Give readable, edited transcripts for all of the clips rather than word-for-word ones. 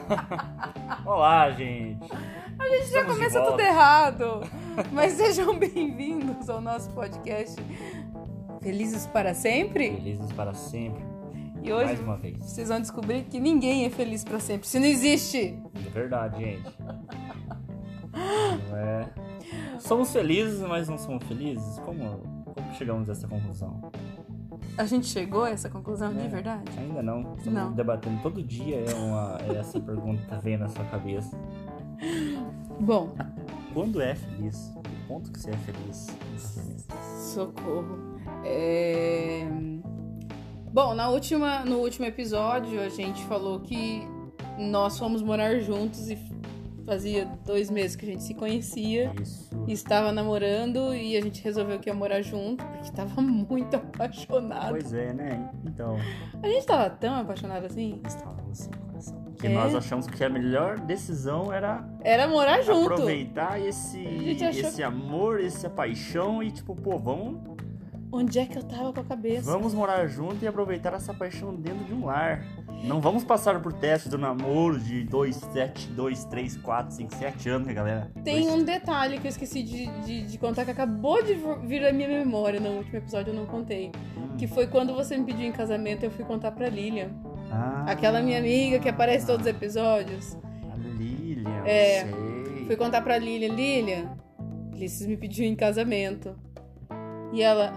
Olá, gente. A gente já começa tudo errado. Mas sejam bem-vindos ao nosso podcast Felizes para Sempre. Felizes para sempre. E hoje Mais uma vez. vocês vão descobrir que ninguém é feliz para sempre. Isso não existe. É verdade, gente. Não é... Somos felizes, mas não somos felizes? Como chegamos a essa conclusão? A gente chegou a essa conclusão de verdade? Ainda não. Estamos debatendo todo dia. É essa pergunta que vem na sua cabeça. Bom. Quando é feliz? O ponto que você é feliz? Socorro. Bom, no último episódio a gente falou que nós fomos morar juntos e fazia 2 meses que a gente se conhecia. Isso. E estava namorando e a gente resolveu que ia morar junto porque estava muito apaixonado. Pois é, né? Então... A gente estava tão apaixonado assim? Estávamos sim, coração. Porque nós achamos que a melhor decisão era morar junto. Aproveitar esse amor, essa paixão e tipo, vamos... Onde é que eu tava com a cabeça? Vamos morar junto e aproveitar essa paixão dentro de um lar. Não vamos passar por testes do namoro de 2, 3, 4, 5, 7 anos, né, galera? Tem um detalhe que eu esqueci de contar, que acabou de vir à minha memória no último episódio, eu não contei. Que foi quando você me pediu em casamento, eu fui contar pra Lilian. Aquela minha amiga que aparece em todos os episódios. A Lilian, sei. Fui contar pra Lilian. Lilian, Ulisses me pediu em casamento. E ela,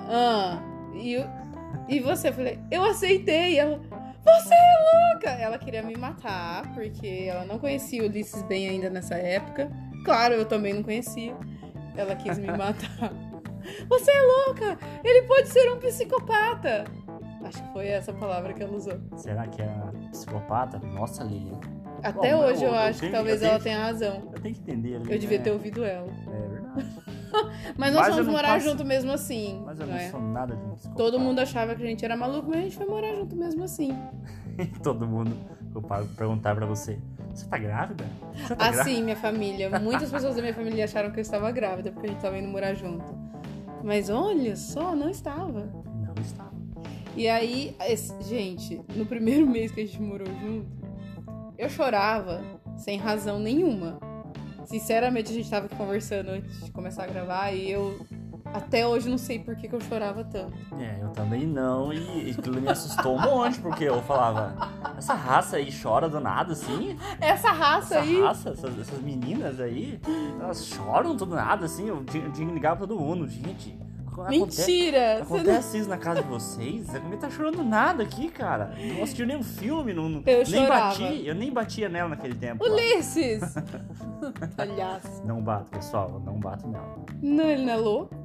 e você? Eu falei, eu aceitei. Ela, você é louca! Ela queria me matar, porque ela não conhecia o Ulisses bem ainda nessa época. Claro, eu também não conhecia. Ela quis me matar. Você é louca! Ele pode ser um psicopata! Acho que foi essa palavra que ela usou. Será que é psicopata? Nossa, Lilian. Até hoje eu acho que talvez ela tenha razão. Eu tenho que entender. Eu devia ter ouvido ela. É verdade. Mas nós fomos morar junto mesmo assim. Mas eu não sou nada de um psicopata. Todo mundo achava que a gente era maluco, mas a gente foi morar junto mesmo assim. Todo mundo perguntar pra você, você tá grávida? Você tá grávida? Sim, minha família. Muitas pessoas da minha família acharam que eu estava grávida, porque a gente tava indo morar junto. Mas olha só, não estava. Não estava. E aí, gente, no primeiro mês que a gente morou junto, eu chorava sem razão nenhuma. Sinceramente, a gente tava aqui conversando antes de começar a gravar e eu até hoje não sei por que eu chorava tanto. Eu também não, e aquilo me assustou um monte, porque eu falava, essa raça aí chora do nada, assim? Essa raça, essas meninas aí, elas choram do nada, assim, eu tinha que ligar pra todo mundo, gente... Mentira! Acontece isso na casa de vocês? Você não tá chorando nada aqui, cara. Não assistiu nenhum filme, eu nem batia nela naquele tempo. Ulisses! Palhaço. Não bato, pessoal, não bato nela. Não, ele não é louco?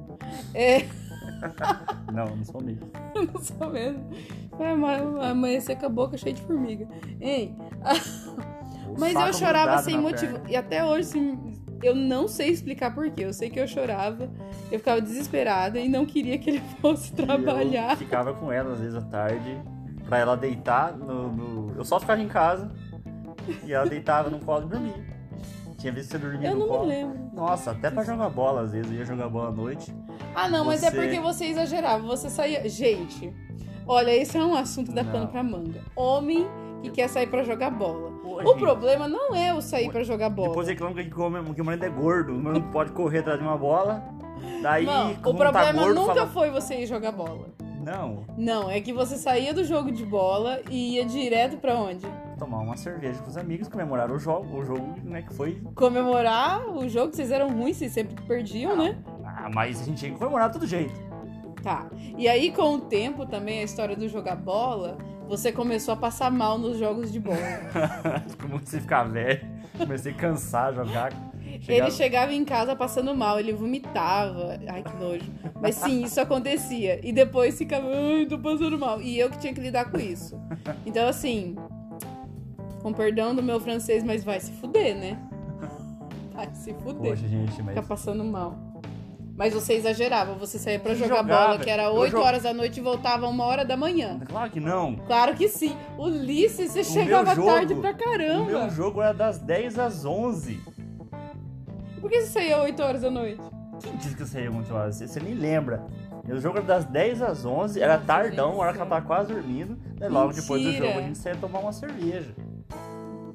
Não sou mesmo. Não sou mesmo. Amanhecer com a boca cheia de formiga. Hein? Mas eu chorava sem motivo. E até hoje, eu não sei explicar porquê. Eu sei que eu chorava, eu ficava desesperada e não queria que ele fosse trabalhar. Eu ficava com ela, às vezes, à tarde, pra ela deitar Eu só ficava em casa e ela deitava no colo e dormia. Tinha visto você dormir no colo. Eu não me lembro. Nossa, até pra jogar bola, às vezes. Eu ia jogar bola à noite. Mas é porque você exagerava. Você saía... Gente, olha, esse é um assunto da pano pra manga. Homem que quer sair pra jogar bola. O problema não é o sair pra jogar bola. Depois reclama que o marido é gordo, mas não pode correr atrás de uma bola. Daí, não, o problema nunca foi você ir jogar bola. Não, é que você saía do jogo de bola e ia direto pra onde? Tomar uma cerveja com os amigos, comemorar o jogo, né, que foi... Comemorar o jogo, vocês eram ruins, vocês sempre perdiam, né? Mas a gente tinha que comemorar de todo jeito. Tá, e aí com o tempo também, a história do jogar bola, você começou a passar mal nos jogos de bola. Comecei a ficar velho, comecei a cansar, jogar... Ele chegava em casa passando mal, ele vomitava. Ai, que nojo. Mas sim, isso acontecia. E depois ficava, ai, tô passando mal. E eu que tinha que lidar com isso. Então, assim, com perdão do meu francês, mas vai se fuder, né? Vai se fuder. Poxa, gente, Ficar passando mal. Mas você exagerava, você saía pra jogar bola, que era 8 horas da noite e voltava 1h da manhã. Claro que não. Claro que sim. Ulisses, você chegava tarde pra caramba. O meu jogo era das 10 às 11. Por que você saía 8 horas da noite? Quem disse que eu saía 8 horas? Você nem lembra. O jogo era das 10 às 11, era tardão, a hora que ela tava quase dormindo. Daí logo depois do jogo a gente saía tomar uma cerveja.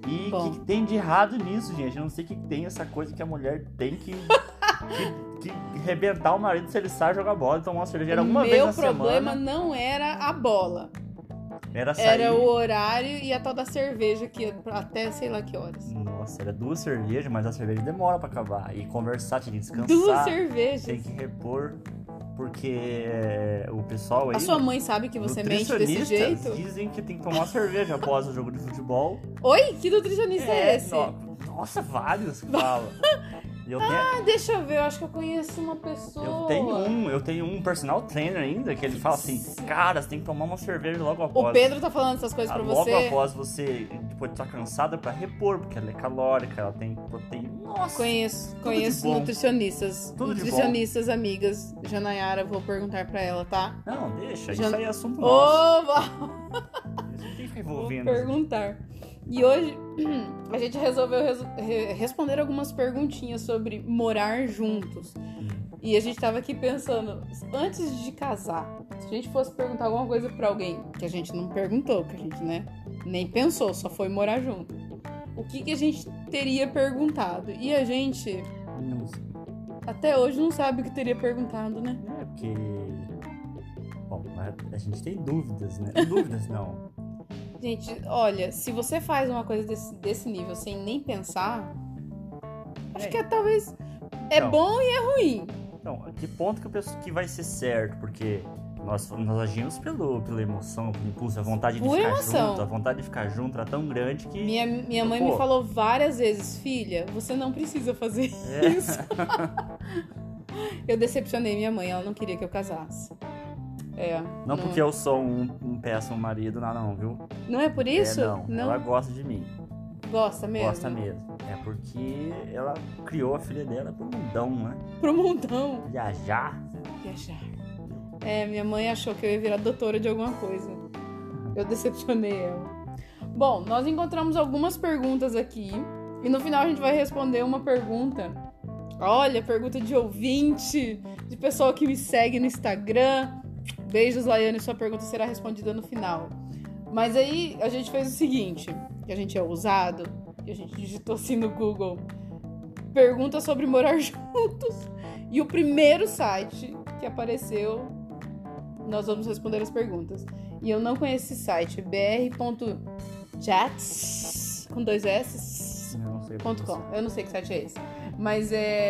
E o Bom. que tem de errado nisso, gente? Eu não sei o que tem essa coisa que a mulher tem que arrebentar o marido se ele sai jogar bola e tomar uma cerveja uma vez na semana. Meu problema não era a bola. Era sair... Era o horário e a tal da cerveja, que ia até sei lá que horas. Nossa, era 2 cervejas, mas a cerveja demora pra acabar. E conversar, tinha que descansar. 2 cervejas. Tem que repor, porque o pessoal aí... A sua mãe sabe que você mente desse jeito? Dizem que tem que tomar cerveja após o jogo de futebol. Oi? Que nutricionista é esse? Nossa, vários que falam. Deixa eu ver, eu acho que eu conheço uma pessoa. Eu tenho um personal trainer ainda, que ele fala assim, cara, você tem que tomar uma cerveja logo após. O Pedro tá falando essas coisas pra você? Logo após você, depois de estar cansada, pra repor, porque ela é calórica, ela tem proteína. Nossa! Conheço nutricionistas. Tudo nutricionistas, amigas. Janayara, vou perguntar pra ela, tá? Não, deixa, isso aí é assunto nosso. Oba! Isso não tem que ficar envolvendo. Vou perguntar. E hoje a gente resolveu responder algumas perguntinhas sobre morar juntos. E a gente tava aqui pensando, antes de casar, se a gente fosse perguntar alguma coisa pra alguém, que a gente não perguntou, que a gente, né, nem pensou, só foi morar junto. O que a gente teria perguntado? E a gente, Não sei. até hoje, não sabe o que teria perguntado, né? É, porque... Bom, a gente tem dúvidas, né? Dúvidas não. Gente, olha, se você faz uma coisa desse nível sem nem pensar, acho que talvez é Não. bom e é ruim. Então, que ponto que eu penso que vai ser certo? Porque nós agimos pela emoção, pelo impulso, a vontade de Pura ficar emoção. junto. A vontade de ficar junto era tão grande que... Minha mãe me falou várias vezes, filha, você não precisa fazer isso. Eu decepcionei minha mãe, ela não queria que eu casasse. Não porque eu sou um péssimo marido, não, viu? Não é por isso? Não, ela gosta de mim. Gosta mesmo? Gosta mesmo. É porque ela criou a filha dela pro mundão, né? Pro mundão. Viajar. Minha mãe achou que eu ia virar doutora de alguma coisa. Eu decepcionei ela. Bom, nós encontramos algumas perguntas aqui. E no final a gente vai responder uma pergunta. Olha, pergunta de ouvinte, de pessoa que me segue no Instagram. Beijos, Laiane, sua pergunta será respondida no final. Mas aí a gente fez o seguinte, que a gente é ousado, e a gente digitou assim no Google, pergunta sobre morar juntos. E o primeiro site que apareceu, nós vamos responder as perguntas. E eu não conheço esse site, br.jats, com 2 S, .com. Eu não sei que site é esse. Mas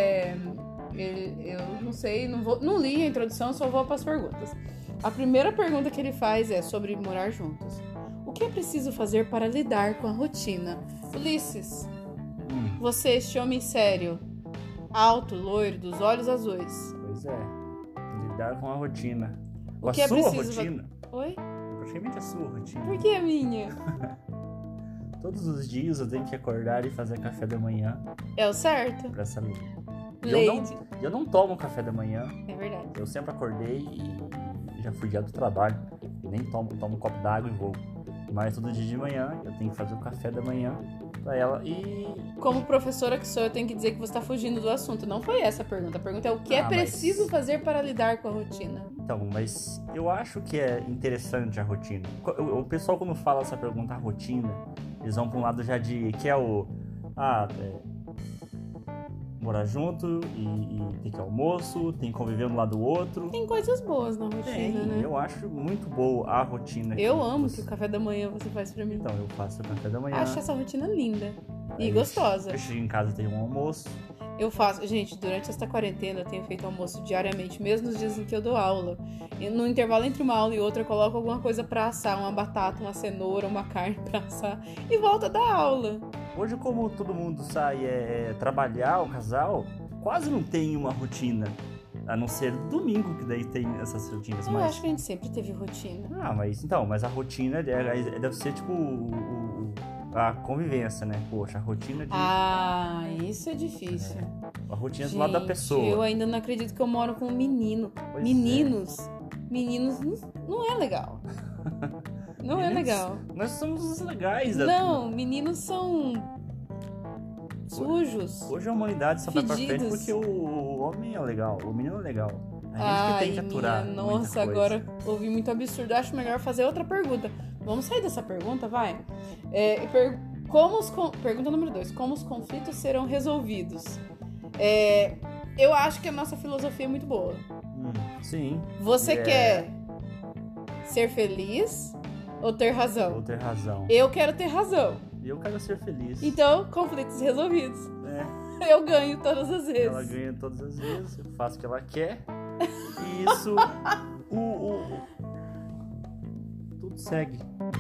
eu não sei, não li a introdução, só vou para as perguntas. A primeira pergunta que ele faz é sobre morar juntos. O que é preciso fazer para lidar com a rotina? Ulisses, você, este homem sério, alto, loiro, dos olhos azuis. Pois é, lidar com a rotina. O que é sua preciso rotina? Oi? Praticamente a sua rotina. Por que a minha? Todos os dias eu tenho que acordar e fazer café da manhã. É o certo? Pra essa lei. Leite. Eu não tomo café da manhã. É verdade. Eu sempre acordei e já fui dia do trabalho. E nem tomo um copo d'água e vou. Mas todo dia de manhã eu tenho que fazer o café da manhã pra ela e... Como professora que sou, eu tenho que dizer que você tá fugindo do assunto. Não foi essa a pergunta. A pergunta é o que é preciso fazer para lidar com a rotina? Então, mas eu acho que é interessante a rotina. O pessoal, quando fala essa pergunta, a rotina, eles vão pra um lado já de... Que é o... morar junto e tem que ir ao almoço, tem que conviver um lado do outro. Tem coisas boas na rotina, né? Eu acho muito boa a rotina. Eu amo que o café da manhã você faz pra mim. Então, eu faço o café da manhã. Acho essa rotina linda e gostosa. Eu chego em casa e tenho um almoço. Eu faço, gente, durante esta quarentena eu tenho feito almoço diariamente, mesmo nos dias em que eu dou aula. E no intervalo entre uma aula e outra eu coloco alguma coisa pra assar, uma batata, uma cenoura, uma carne pra assar e volto a dar aula. Hoje, como todo mundo sai trabalhar, o casal, quase não tem uma rotina. A não ser domingo, que daí tem essas rotinas. Eu acho que a gente sempre teve rotina. Mas a rotina deve ser tipo a convivência, né? Poxa, a rotina de... Isso é difícil. A rotina do lado da pessoa. Eu ainda não acredito que eu moro com um menino. Pois Meninos não é legal. Não é legal. Nós somos os legais. Não, meninos são sujos. Hoje a humanidade só vai pra frente fedidos. porque o homem é legal, o menino é legal. A gente que tem que aturar. Nossa, agora ouvi muito absurdo. Acho melhor fazer outra pergunta. Vamos sair dessa pergunta, vai? Pergunta número 2. Como os conflitos serão resolvidos? Eu acho que a nossa filosofia é muito boa. Sim. Você quer ser feliz ou ter razão? Ou ter razão. Eu quero ter razão. E eu quero ser feliz. Então, conflitos resolvidos. Eu ganho todas as vezes. Ela ganha todas as vezes, eu faço o que ela quer. E isso. Tudo segue.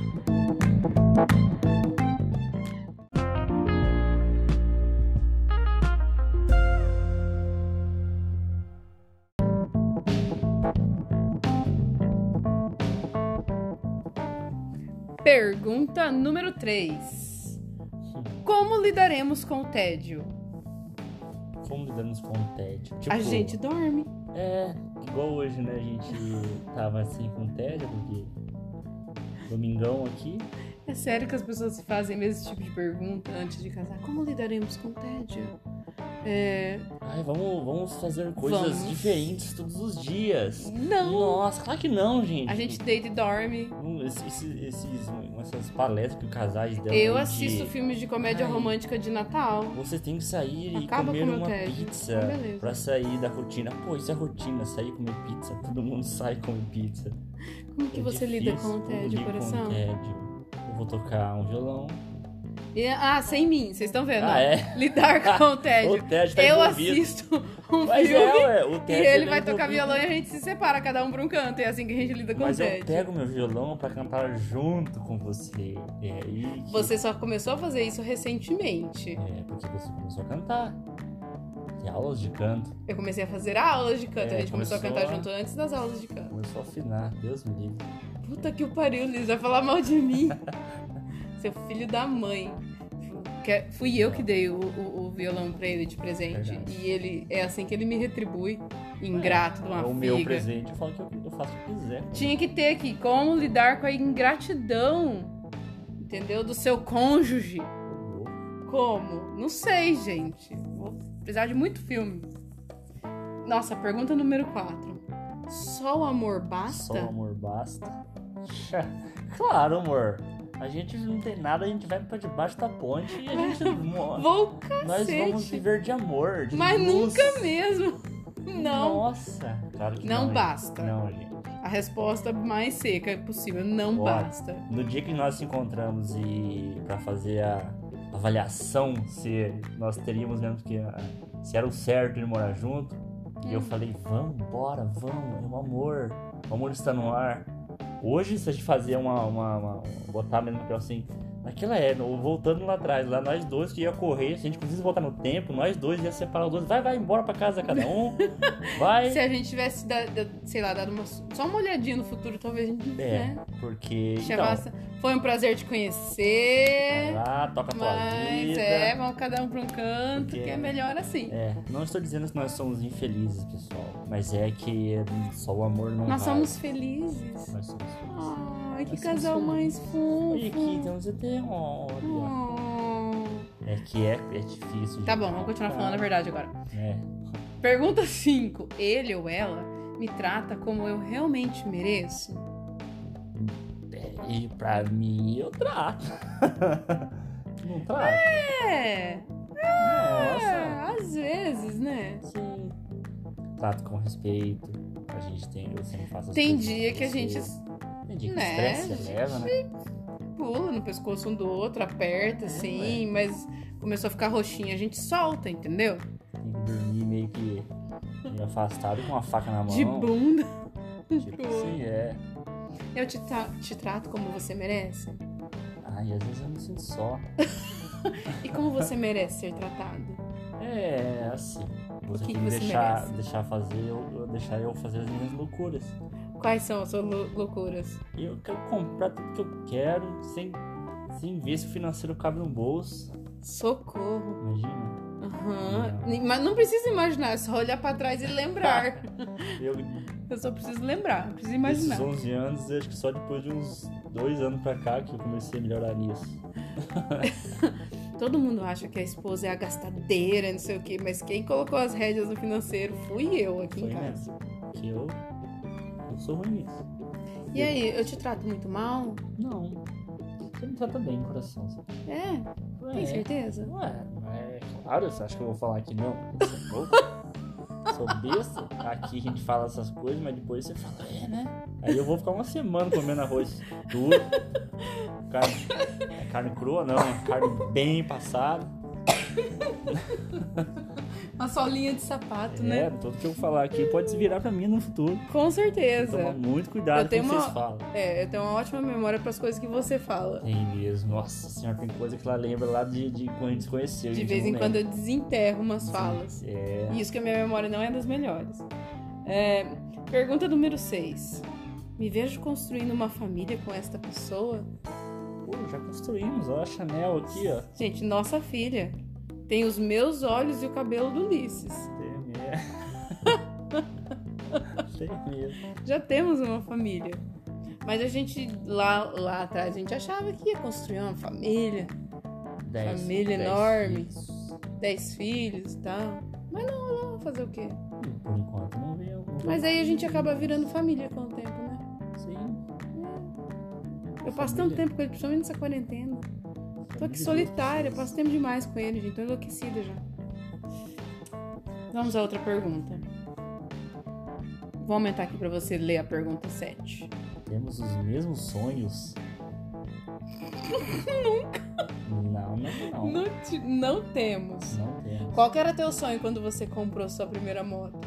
Pergunta número 3. Como lidaremos com o tédio? Como lidamos com o tédio? A gente dorme. Igual hoje, né? A gente tava assim com tédio, porque domingão aqui. É sério que as pessoas fazem esse tipo de pergunta antes de casar? Como lidaremos com o tédio? Vamos fazer coisas diferentes todos os dias. Não. Nossa, claro que não, gente. A gente deita e dorme. Essas palestras que os casais dão. Eu assisto filmes de comédia romântica de Natal. Você tem que sair Acaba e comer com uma tédio. pizza pra sair da rotina. Pô, isso é rotina, sair e comer pizza. Todo mundo sai e come pizza. Como que você lida com o tédio, coração? Com o tédio. Eu vou tocar um violão. Sem mim, vocês estão vendo? É? Lidar com o tédio. O tédio tá eu envolvido. assisto um Mas filme o tédio, e ele vai tocar violão e a gente se separa, cada um pra um canto. É assim que a gente lida com o tédio. Mas eu pego meu violão pra cantar junto com você. Você só começou a fazer isso recentemente. Porque você começou a cantar. Tem aulas de canto. Eu comecei a fazer aulas de canto. A gente começou a cantar junto antes das aulas de canto. Começou a afinar, Deus me livre. Puta que o pariu, Liz, vai falar mal de mim. Seu filho da mãe. Fui eu que dei o violão pra ele de presente. Verdade. E ele é assim que ele me retribui. Ingrato de uma figa. O meu presente, eu falo que eu faço o que quiser. Tinha que ter aqui como lidar com a ingratidão, entendeu? Do seu cônjuge. Como? Não sei, gente. Vou precisar de muito filme. Nossa, pergunta número 4. Só o amor basta? Só o amor basta? Claro, amor. A gente não tem nada, a gente vai pra debaixo da ponte e a gente... Nós vamos viver de amor, de Mas luz. nunca mesmo. Não. Nossa. Claro que não não basta. Não, gente. A resposta mais seca possível. Não basta. No dia que nós nos encontramos e pra fazer a avaliação se nós teríamos mesmo que... Se era o certo de morar junto. E eu falei, vamos, bora, vamos. É um amor. O amor está no ar. Hoje, se a gente fazer botar mesmo papel assim, naquela época, voltando lá atrás, lá nós dois que ia correr, se a gente conseguisse voltar no tempo, nós dois ia separar os dois, vai embora pra casa cada um, vai. Se a gente tivesse, dado só uma olhadinha no futuro, talvez a gente, né? Porque, foi um prazer te conhecer. Vai lá, toca a tua vida. Vamos cada um pra um canto, que é melhor assim. Não estou dizendo que nós somos infelizes, pessoal, mas é que só o amor não Nós vai. somos felizes. Nós somos felizes. Ai, que casal mais fofo. E aqui temos até É que é difícil. Tá bom, vamos continuar falando a verdade agora. É. Pergunta 5. Ele ou ela me trata como eu realmente mereço? E pra mim, eu trato. Não trato? Nossa. Às vezes, né? Sim. Trato com respeito. Eu sempre faço as Tem coisas dia que a gente... Tem dia que né? estresse você leva, né? Pula no pescoço um do outro, aperta, assim, mas começou a ficar roxinho, a gente solta, entendeu? Tem que dormir meio que afastado com uma faca na mão. De bunda. Tipo assim, Eu te trato como você merece? Ai, às vezes eu me sinto só. E como você merece ser tratado? É, assim. Você tem que deixar eu fazer as minhas loucuras. Quais são as suas loucuras? Eu quero comprar tudo que eu quero, sem ver se o financeiro cabe no bolso. Socorro. Imagina. Mas não precisa imaginar, é só olhar pra trás e lembrar. Eu só preciso lembrar, não preciso imaginar. Esses 11 anos, acho que só depois de uns 2 anos pra cá que eu comecei a melhorar nisso. Todo mundo acha que a esposa é a gastadeira, não sei o quê, mas quem colocou as rédeas no financeiro fui eu aqui em casa. Que eu sou ruim nisso. E aí, eu te trato muito mal? Não. Você me trata bem, coração. É? Tem certeza? Ué, claro, você acha que eu vou falar que não? Você é louco? Sou besta. Aqui a gente fala essas coisas, mas depois você fala, né? Aí eu vou ficar uma semana comendo arroz duro. Carne crua, não, carne bem passada. Uma solinha de sapato, né? Tudo que eu falar aqui pode se virar pra mim no futuro. Com certeza. Toma muito cuidado com o que vocês falam. Eu tenho uma ótima memória pras coisas que você fala. Tem mesmo. Nossa senhora, tem coisa que ela lembra lá de quando a gente se conheceu. De vez em quando eu desenterro umas falas. E isso que a minha memória não é das melhores. Pergunta número 6. Me vejo construindo uma família com esta pessoa? Pô, já construímos, ó, a Chanel aqui, ó. Gente, nossa filha tem os meus olhos e o cabelo do Ulisses. Tem mesmo. Já temos uma família. Mas a gente, lá atrás, a gente achava que ia construir uma família. Família enorme. 10 filhos e tal. Mas não rolou, fazer o quê? Por enquanto não veio. Mas aí a gente acaba virando família com o tempo, né? Sim. Eu passo tanto tempo com ele, principalmente nessa quarentena. Tô aqui solitária, passo tempo demais com ele, gente. Tô enlouquecida já. Vamos a outra pergunta. Vou aumentar aqui pra você ler a pergunta 7. Temos os mesmos sonhos? Nunca. Não. Não temos. Não temos. Qual que era teu sonho quando você comprou sua primeira moto?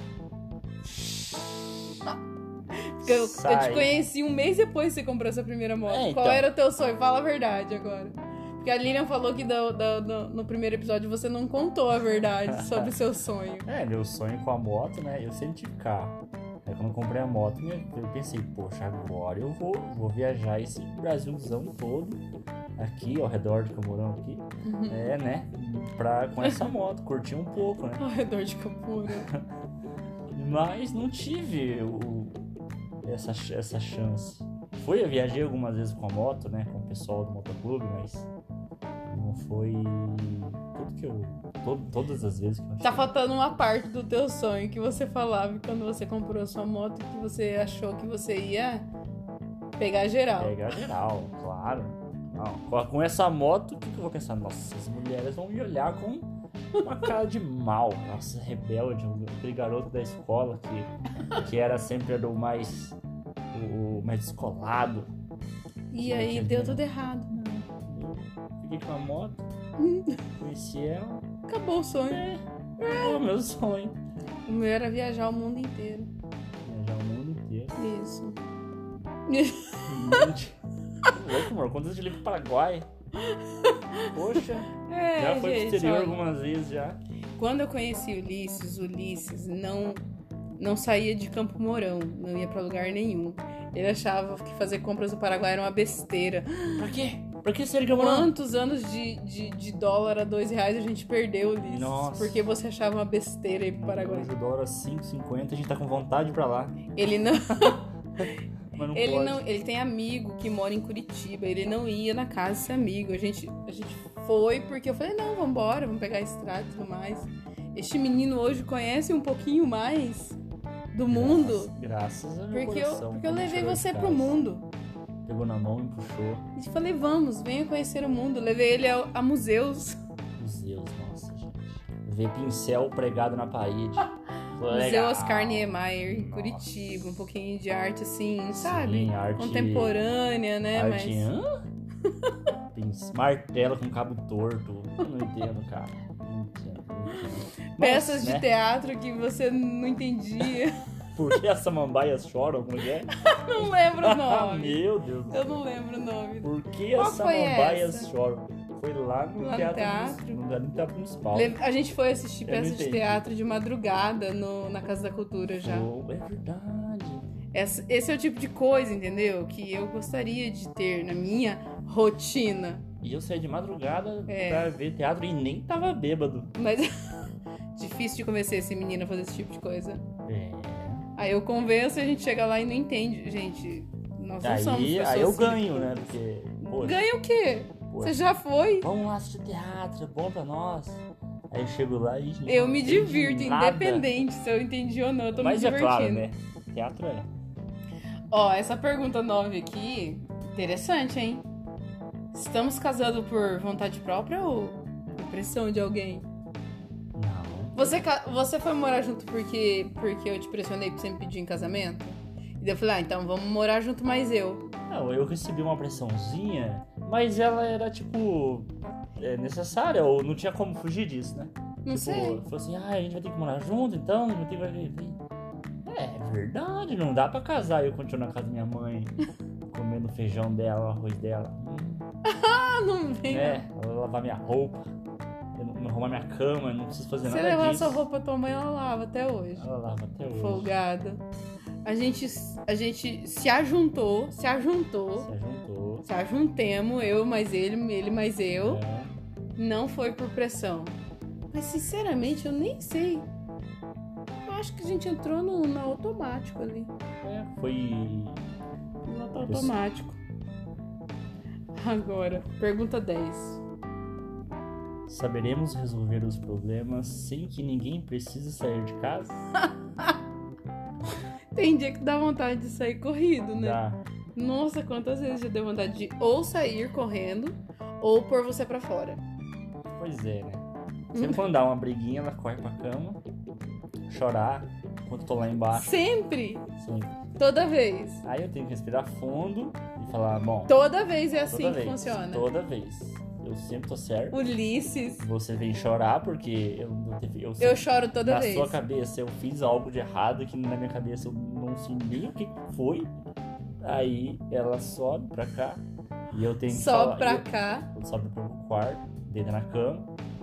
Porque eu te conheci um mês depois que você comprou sua primeira moto. Então. Qual era o teu sonho? Fala a verdade agora. Porque a Lilian falou que no primeiro episódio você não contou a verdade sobre o seu sonho. Meu sonho com a moto, né? Eu sempre tive carro. Aí quando eu comprei a moto, eu pensei, poxa, agora eu vou viajar esse Brasilzão todo, aqui ao redor de Camorão aqui, né? Com essa moto, curtir um pouco, né? Ao redor de Camorão. Mas não tive essa chance. Eu viajei algumas vezes com a moto, né? Com o pessoal do motoclube, mas não foi tudo que eu... Todas as vezes que eu achei. Tá faltando uma parte do teu sonho que você falava quando você comprou a sua moto, que você achou que você ia pegar geral. Pegar geral, claro. Não, com essa moto, o que eu vou pensar? Nossa, as mulheres vão me olhar com uma cara de mal. Nossa, rebelde, aquele garoto da escola que era sempre o mais descolado. E aí deu tudo errado. Fiquei com a moto, conheci ela. Acabou o sonho. O meu sonho. O meu era viajar o mundo inteiro. Viajar o mundo inteiro. Isso. Louco, amor. Quando você liga pro Paraguai? Poxa. Já foi pro exterior algumas vezes já. Quando eu conheci o Ulisses não saía de Campo Mourão. Não ia pra lugar nenhum. Ele achava que fazer compras no Paraguai era uma besteira. Pra quê? Pra que seria Campo Mourão? Quantos anos de dólar a R$2 a gente perdeu, Ulisses? Nossa. Porque você achava uma besteira ir pro Paraguai. Hoje o dólar 5,50, a gente tá com vontade de ir pra lá. Ele não... Mas não ele pode. não, ele tem amigo que mora em Curitiba. Ele não ia na casa desse amigo. A gente foi porque eu falei, não, vambora, vamos pegar a estrada e tudo mais. Este menino hoje conhece um pouquinho mais do mundo. Graças a meu porque coração. eu levei você pro mundo. Pegou na mão e me puxou. E falei, vamos, venha conhecer o mundo. Levei ele a museus. Museus, nossa, gente. Ver pincel pregado na parede. Museu Oscar Niemeyer, em Curitiba. Um pouquinho de arte, assim, sabe? Sim, arte contemporânea, né? Arte, martelo com cabo torto. Eu não entendo, cara. Não entendo. Peças de teatro que você não entendia. Por que as samambaias choram? Como é? Não lembro o nome. Meu Deus. Eu não lembro o nome. Por que as samambaias choram? Foi lá no teatro. No teatro municipal. A gente foi assistir peças de teatro de madrugada na Casa da Cultura já. É verdade. Esse é o tipo de coisa, entendeu? Que eu gostaria de ter na minha rotina. E eu saí de madrugada pra ver teatro e nem tava bêbado. Mas difícil de convencer esse menino a fazer esse tipo de coisa. Aí eu convenço e a gente chega lá e não entende. Gente, nós não somos pessoas aí eu ganho, ridículas. né? Porque, poxa, ganha o quê? Você já foi? Vamos lá assistir teatro, é bom pra nós. Aí eu chego lá e... Eu me divirto, independente se eu entendi ou não, eu tô me divertindo. Mas é claro, né? Teatro é. Ó, essa pergunta 9 aqui, interessante, hein? Estamos casando por vontade própria ou por pressão de alguém? Não. Você foi morar junto porque eu te pressionei pra você me pedir em casamento? E daí eu falei, então vamos morar junto mais eu. Não, eu recebi uma pressãozinha, mas ela era, tipo, necessária, ou não tinha como fugir disso, né? Não sei. Falou assim, a gente vai ter que morar junto, então, vai ter que... É verdade, não dá pra casar e eu continuo na casa da minha mãe, comendo feijão dela, arroz dela. Ah, não vem. Ela lavar minha roupa, eu não arrumar minha cama, eu não preciso fazer Se nada levar disso. sua roupa pra tua mãe, ela lava até hoje. Ela lava até hoje. Folgada. A gente se ajuntou. Se ajuntou. Se ajuntemos, eu mais ele mais eu. É. Não foi por pressão. Mas sinceramente, eu nem sei. Eu acho que a gente entrou no automático ali. Foi... No automático. Agora, pergunta 10. Saberemos resolver os problemas sem que ninguém precise sair de casa? Tem dia que dá vontade de sair corrido, né? Dá. Nossa, quantas vezes já deu vontade de ou sair correndo ou pôr você pra fora. Pois é, né? Sempre quando dá uma briguinha, ela corre pra cama, chorar, enquanto eu tô lá embaixo. Sempre! Sempre. Toda vez. Aí eu tenho que respirar fundo e falar, bom... Toda vez é assim toda que vez, funciona. Toda vez. Eu sempre tô certo. Ulisses. Você vem chorar porque Eu choro toda na vez. sua cabeça eu fiz algo de errado que na minha cabeça eu não sei nem o que foi. Aí ela sobe pra cá e eu tenho que Sobe falar, pra cá. sobe pro quarto, deita na cama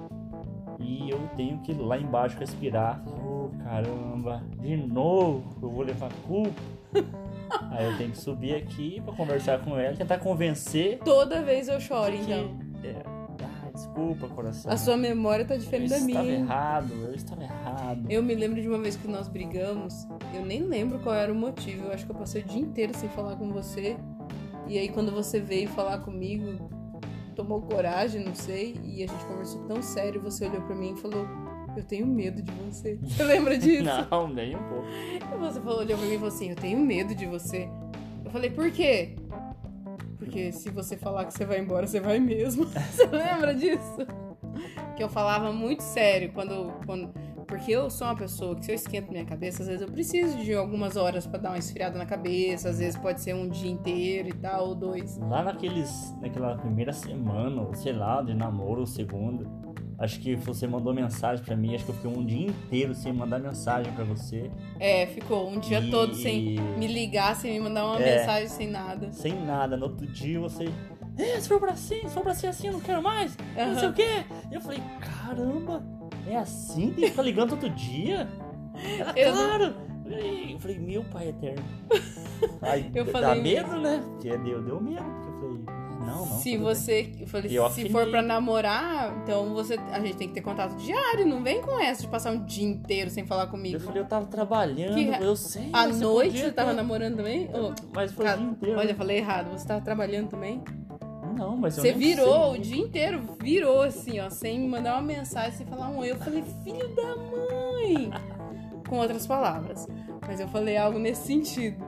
e eu tenho que ir lá embaixo respirar. Oh, caramba, de novo eu vou levar culpa. Aí eu tenho que subir aqui pra conversar com ela, tentar convencer. Toda vez eu choro, de que, então. Desculpa, coração. A sua memória tá diferente da minha. Eu estava errado. Eu me lembro de uma vez que nós brigamos. Eu nem lembro qual era o motivo. Eu acho que eu passei o dia inteiro sem falar com você. E aí quando você veio falar comigo, tomou coragem, não sei. E a gente conversou tão sério. Você olhou pra mim e falou, eu tenho medo de você. Você lembra disso? Não, nem um pouco. E você olhou pra mim e falou assim, eu tenho medo de você. Eu falei, por quê? Porque se você falar que você vai embora, você vai mesmo. Você lembra disso? Que eu falava muito sério quando... Porque eu sou uma pessoa que se eu esquento minha cabeça, às vezes eu preciso de algumas horas pra dar uma esfriada na cabeça. Às vezes pode ser um dia inteiro e tal, ou 2. Lá naquela primeira semana, ou sei lá, de namoro, ou segunda, acho que você mandou mensagem pra mim, acho que eu fiquei um dia inteiro sem mandar mensagem pra você. Ficou um dia todo sem me ligar, sem me mandar uma mensagem, sem nada. Sem nada. No outro dia você... se for pra ser assim, eu não quero mais. Não sei o quê. E eu falei, caramba, é assim? Tem que ficar ligando todo dia? Ela, claro. Eu falei, meu pai eterno. Aí, eu dá falei, medo, né? Porque deu medo. Porque eu falei, não. Se você... Eu falei, se for pra namorar, então a gente tem que ter contato diário. Não vem com essa de passar um dia inteiro sem falar comigo. Eu falei, eu tava trabalhando, eu sei. À noite você tava namorando também? Mas foi o dia inteiro. Olha, eu falei errado. Você tava trabalhando também? Não, mas eu Você nem virou sei. o dia inteiro, virou assim, ó, sem me mandar uma mensagem, sem falar um oi. Eu falei, filho da mãe! Com outras palavras. Mas eu falei algo nesse sentido.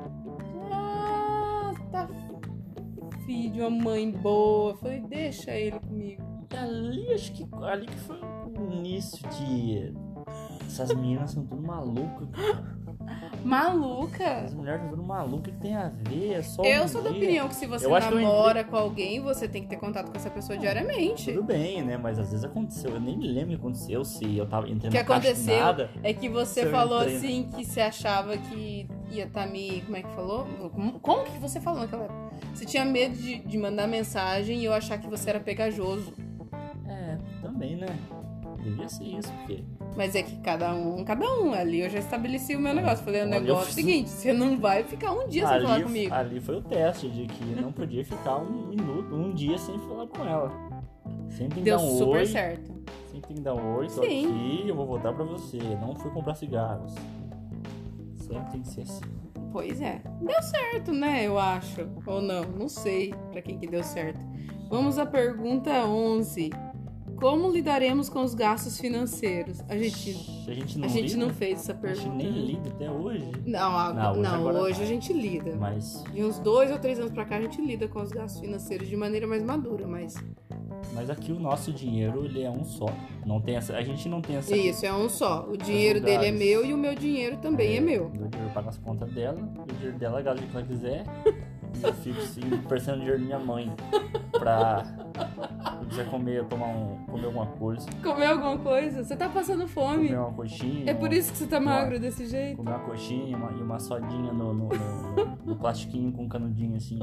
Tá filho de uma mãe boa. Eu falei, deixa ele comigo. Acho que foi o início de... Essas meninas são tudo malucas. Maluca? As mulheres são tudo malucas, que tem a ver, é só Eu um sou da dia. opinião que se você namora com alguém, você tem que ter contato com essa pessoa diariamente. Tudo bem, né? Mas às vezes aconteceu. Eu nem me lembro o que aconteceu, se eu tava entrando O que na caixa de aconteceu nada. é que você falou assim que você achava que ia estar me... Como é que falou? Como que você falou naquela época? Você tinha medo de mandar mensagem e eu achar que você era pegajoso. Também, né? Devia ser isso, porque... Mas é que cada um. Ali eu já estabeleci o meu negócio. Falei, o negócio é o seguinte, você não vai ficar um dia sem falar comigo. Ali foi o teste de que não podia ficar um dia sem falar com ela. Sempre tem que Deu dar um super oi. certo. Sempre tem que dar um oi, tô aqui, eu vou voltar pra você. Não fui comprar cigarros. Sempre tem que ser assim. Pois é. Deu certo, né? Eu acho. Ou não, não sei pra quem que deu certo. Vamos à pergunta 11. Como lidaremos com os gastos financeiros? A gente lida? não fez essa A pergunta. gente nem lida até hoje. Hoje a gente lida. Mas De uns 2 ou 3 anos pra cá a gente lida com os gastos financeiros de maneira mais madura, mas... aqui o nosso dinheiro, ele é um só. A gente não tem essa... Isso, é um só. O dinheiro dele é meu e o meu dinheiro também é meu. O meu dinheiro paga as contas dela, o dinheiro dela gasta o que ela quiser. E eu fico assim, prestando dinheiro da minha mãe pra... Se quiser comer, comer alguma coisa. Comer alguma coisa? Você tá passando fome. Comer uma coxinha. É por isso que você tá magro desse jeito? Comer uma coxinha e uma sodinha no plastiquinho com canudinho assim.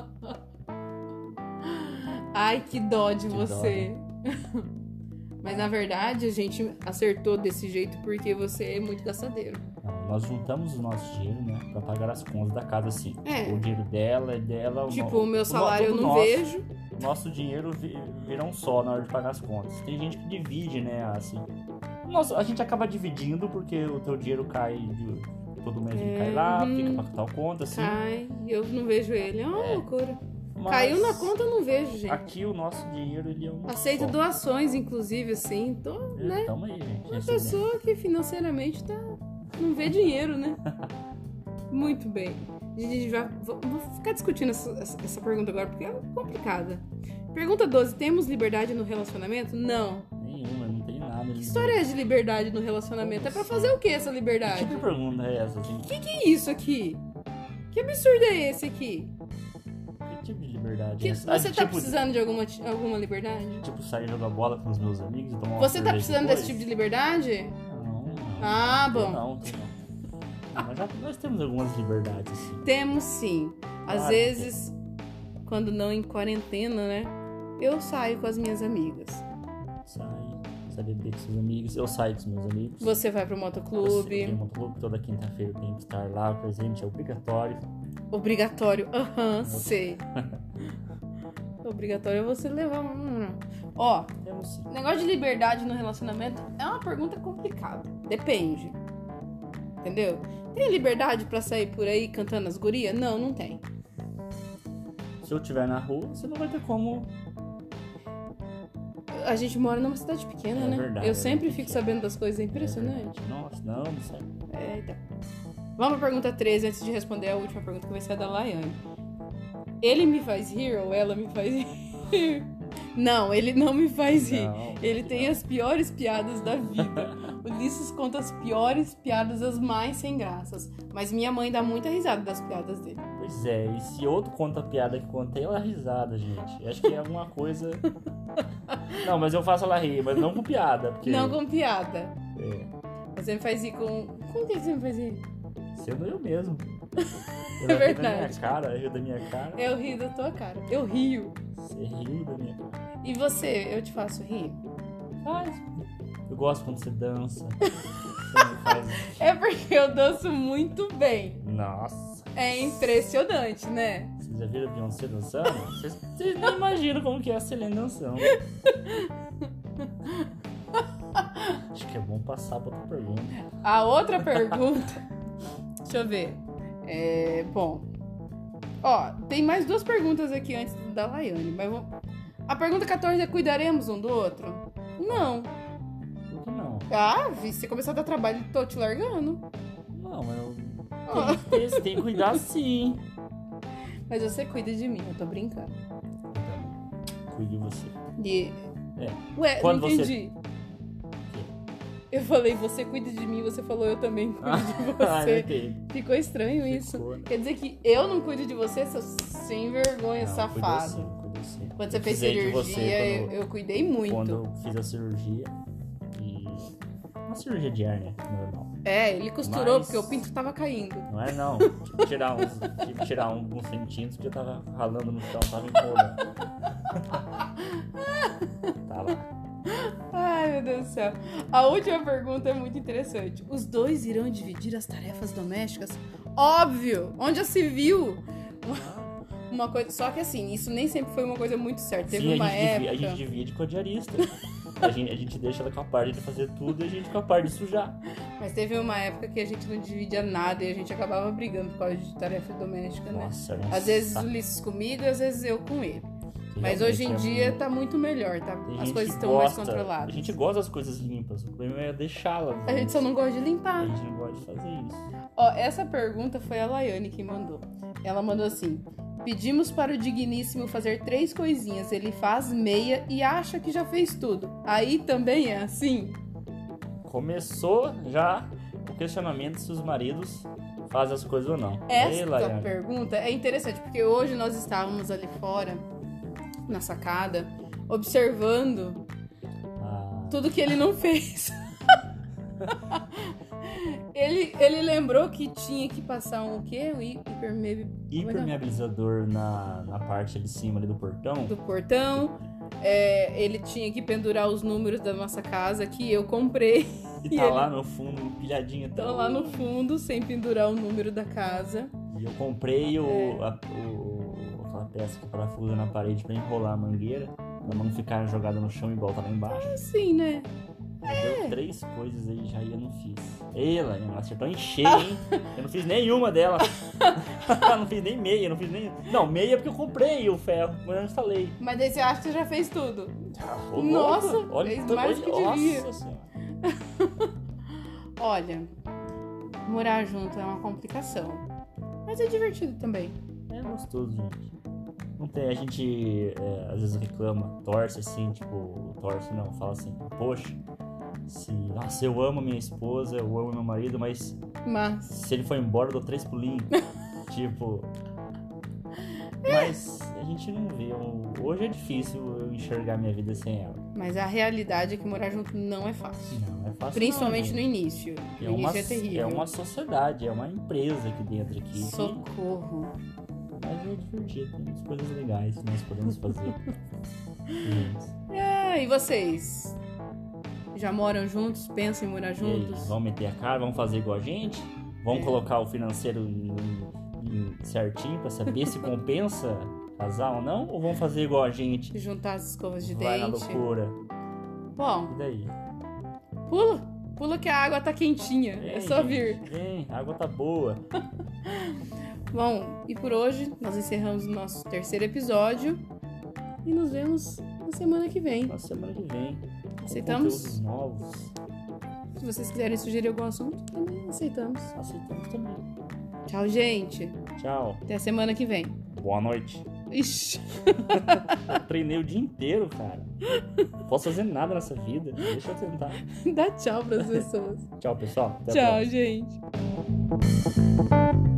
Ai, que dó de você. Mas na verdade a gente acertou desse jeito porque você é muito gastadeiro. Nós juntamos o nosso dinheiro, né? Pra pagar as contas da casa, assim. É. O dinheiro dela é dela. Tipo, o meu salário eu não vejo. Nosso dinheiro vira um só na hora de pagar as contas. Tem gente que divide, né? Assim. A gente acaba dividindo porque o teu dinheiro cai todo mês, ele cai lá, fica pra tal conta, assim. Cai, e eu não vejo ele. É uma loucura. Mas caiu na conta, eu não vejo, gente. Aqui o nosso dinheiro, ele é um Aceito só. Doações, inclusive, assim. Então, né? Tamo aí, gente. Uma pessoa que financeiramente não vê dinheiro, né? Muito bem. A gente vou ficar discutindo essa pergunta agora, porque é complicada. Pergunta 12. Temos liberdade no relacionamento? Não. Nenhuma, não tem nada. Que história é de liberdade no relacionamento? É pra fazer o que essa liberdade? Que tipo de pergunta é essa, assim? Que é isso aqui? Que absurdo é esse aqui? Que tipo de liberdade? Você tá precisando de alguma liberdade? Tipo, sair jogar bola com os meus amigos e tomar uma Você tá cerveja precisando depois? desse tipo de liberdade? Não. Ah, bom. Não. Mas nós temos algumas liberdades, assim. Temos sim. Às Claro vezes, quando não em quarentena, né? Eu saio com as minhas amigas. Sai beber com seus amigos. Eu saio com os meus amigos. Você vai pro Eu motoclube. tenho um motoclube, toda quinta-feira eu tenho que estar lá, o presente é obrigatório. Obrigatório. Sei. Obrigatório é você levar Ó, Temos sim. negócio de liberdade no relacionamento é uma pergunta complicada. Depende. Entendeu? Tem liberdade pra sair por aí cantando as gurias? Não, não tem. Se eu estiver na rua, você não vai ter como... A gente mora numa cidade pequena, É né? verdade, Eu é sempre pequena. fico sabendo das coisas, é impressionante. Nossa, não sei. Então. Vamos pra pergunta 13, antes de responder a última pergunta que vai ser a da Laiane. Ele me faz rir ou ela me faz rir? Não, ele não me faz rir. Ele tem as piores piadas da vida. O Ulisses conta as piores piadas, as mais sem graças. Mas minha mãe dá muita risada das piadas dele. Pois é, e se outro conta a piada que contei, ela dá risada, gente. Eu acho que é alguma coisa... Não, mas eu faço ela rir, mas não com piada. Porque... Não com piada. É. Você me faz rir com... Como que você me faz rir? Sendo eu mesmo. É verdade. Eu rio da minha cara. Eu rio da tua cara. Eu rio. Você riu da minha cara. E você, eu te faço rir? Faz. Eu gosto quando você dança. Você me faz... É porque eu danço muito bem. Nossa. É impressionante, né? Vocês já viram a Beyoncé dançando? Vocês não imaginam como que é a Selena dançando. Acho que é bom passar pra outra pergunta. A outra pergunta... Deixa eu ver. Bom. Ó, tem mais 2 perguntas aqui antes da Laiane. Mas vamos... A pergunta 14 é: cuidaremos um do outro? Não. Por que não? Ah, se você começar a dar trabalho, tô te largando. Não, eu tem que cuidar sim. Mas você cuida de mim, eu tô brincando. Cuide de você. E... É. Ué, Quando não você- entendi. Eu falei, você cuida de mim, você falou, eu também cuido de Ah, você. entendi. Ficou estranho isso. Ficou, né? Quer dizer que eu não cuido de você, seu sem vergonha, Não, safado. cuidou sim. Quando você Eu fez precisei de você cirurgia, quando- eu cuidei muito. Quando eu fiz a cirurgia e... Uma cirurgia de hérnia, normal. Ele costurou Mas- porque o pinto tava caindo. Não é não. Tive que tirar alguns centímetros porque eu tava ralando no chão, tava incomodando. Tá lá. Ai, meu Deus do céu. A última pergunta é muito interessante. Os dois irão dividir as tarefas domésticas? Óbvio! Onde já se viu? Uma coisa... Só que assim, isso nem sempre foi uma coisa muito certa. Teve Sim, uma época... a gente divide com a diarista. A gente deixa ela com a parte de fazer tudo e a gente com a parte de sujar. Mas teve uma época que a gente não dividia nada e a gente acabava brigando por causa de tarefa doméstica, né? Nossa, Às vezes o Ulisses comigo, às vezes eu com ele. Mas hoje em dia tá muito melhor, tá? Tem As gente coisas que estão mais gosta, controladas. A gente gosta das coisas limpas, o problema é deixá-las. A gente só não gosta de limpar. A gente não gosta de fazer isso. Ó, essa pergunta foi a Laiane que mandou. Ela mandou assim: pedimos para o digníssimo fazer 3 coisinhas. Ele faz meia e acha que já fez tudo. Aí também é assim? Começou já o questionamento se os maridos fazem as coisas ou não. Essa pergunta é interessante, porque hoje nós estávamos ali fora, na sacada, observando tudo que ele não fez. Ele lembrou que tinha que passar um quê? Um hipermeabilizador na parte de cima ali do portão. Do portão. Ele tinha que pendurar os números da nossa casa que eu comprei. E tá lá no fundo, empilhadinho. Tá lá no fundo, sem pendurar o número da casa. E eu comprei aquela peça que parafusa na parede pra enrolar a mangueira, pra não ficar jogada no chão igual tá lá embaixo. Assim, né? Deu 3 coisas aí já e eu não fiz. Ela acertou em cheio, hein? Eu não fiz nenhuma dela. Não fiz nem meia, não fiz nem... Não, meia porque eu comprei o ferro, mas eu não instalei. Mas daí você acha que você já fez tudo? Nossa, fez mais do que devia. Nossa Senhora. Olha, morar junto é uma complicação. Mas é divertido também. É gostoso, gente. Não tem, a gente às vezes reclama, torce assim, fala assim, poxa, nossa, eu amo minha esposa, eu amo meu marido, mas se ele for embora eu dou 3 pulinhos. Mas a gente não vê. Hoje é difícil eu enxergar minha vida sem ela. Mas a realidade é que morar junto não é fácil. Não é fácil. Principalmente no início. No início é terrível. É uma sociedade, é uma empresa aqui dentro. Socorro. Mas é divertido, tem muitas coisas legais que nós podemos fazer. E vocês? Já moram juntos? Pensam em morar juntos? Vamos meter a cara, vamos fazer igual a gente? Vamos colocar o financeiro certinho pra saber se compensa casar ou não? Ou vamos fazer igual a gente? Juntar as escovas de Vai dente? na loucura. Bom. E daí? Pula que a água tá quentinha. É só vir. Vem, a água tá boa. Bom, e por hoje nós encerramos o nosso 3º episódio. E nos vemos na semana que vem. Aceitamos? Conteúdos novos. Se vocês quiserem sugerir algum assunto, também aceitamos. Aceitamos também. Tchau, gente. Tchau. Até a semana que vem. Boa noite. Ixi. Eu treinei o dia inteiro, cara. Não posso fazer nada nessa vida. Deixa eu tentar. Dá tchau pras pessoas. Tchau, pessoal. Até a tchau, próxima. gente.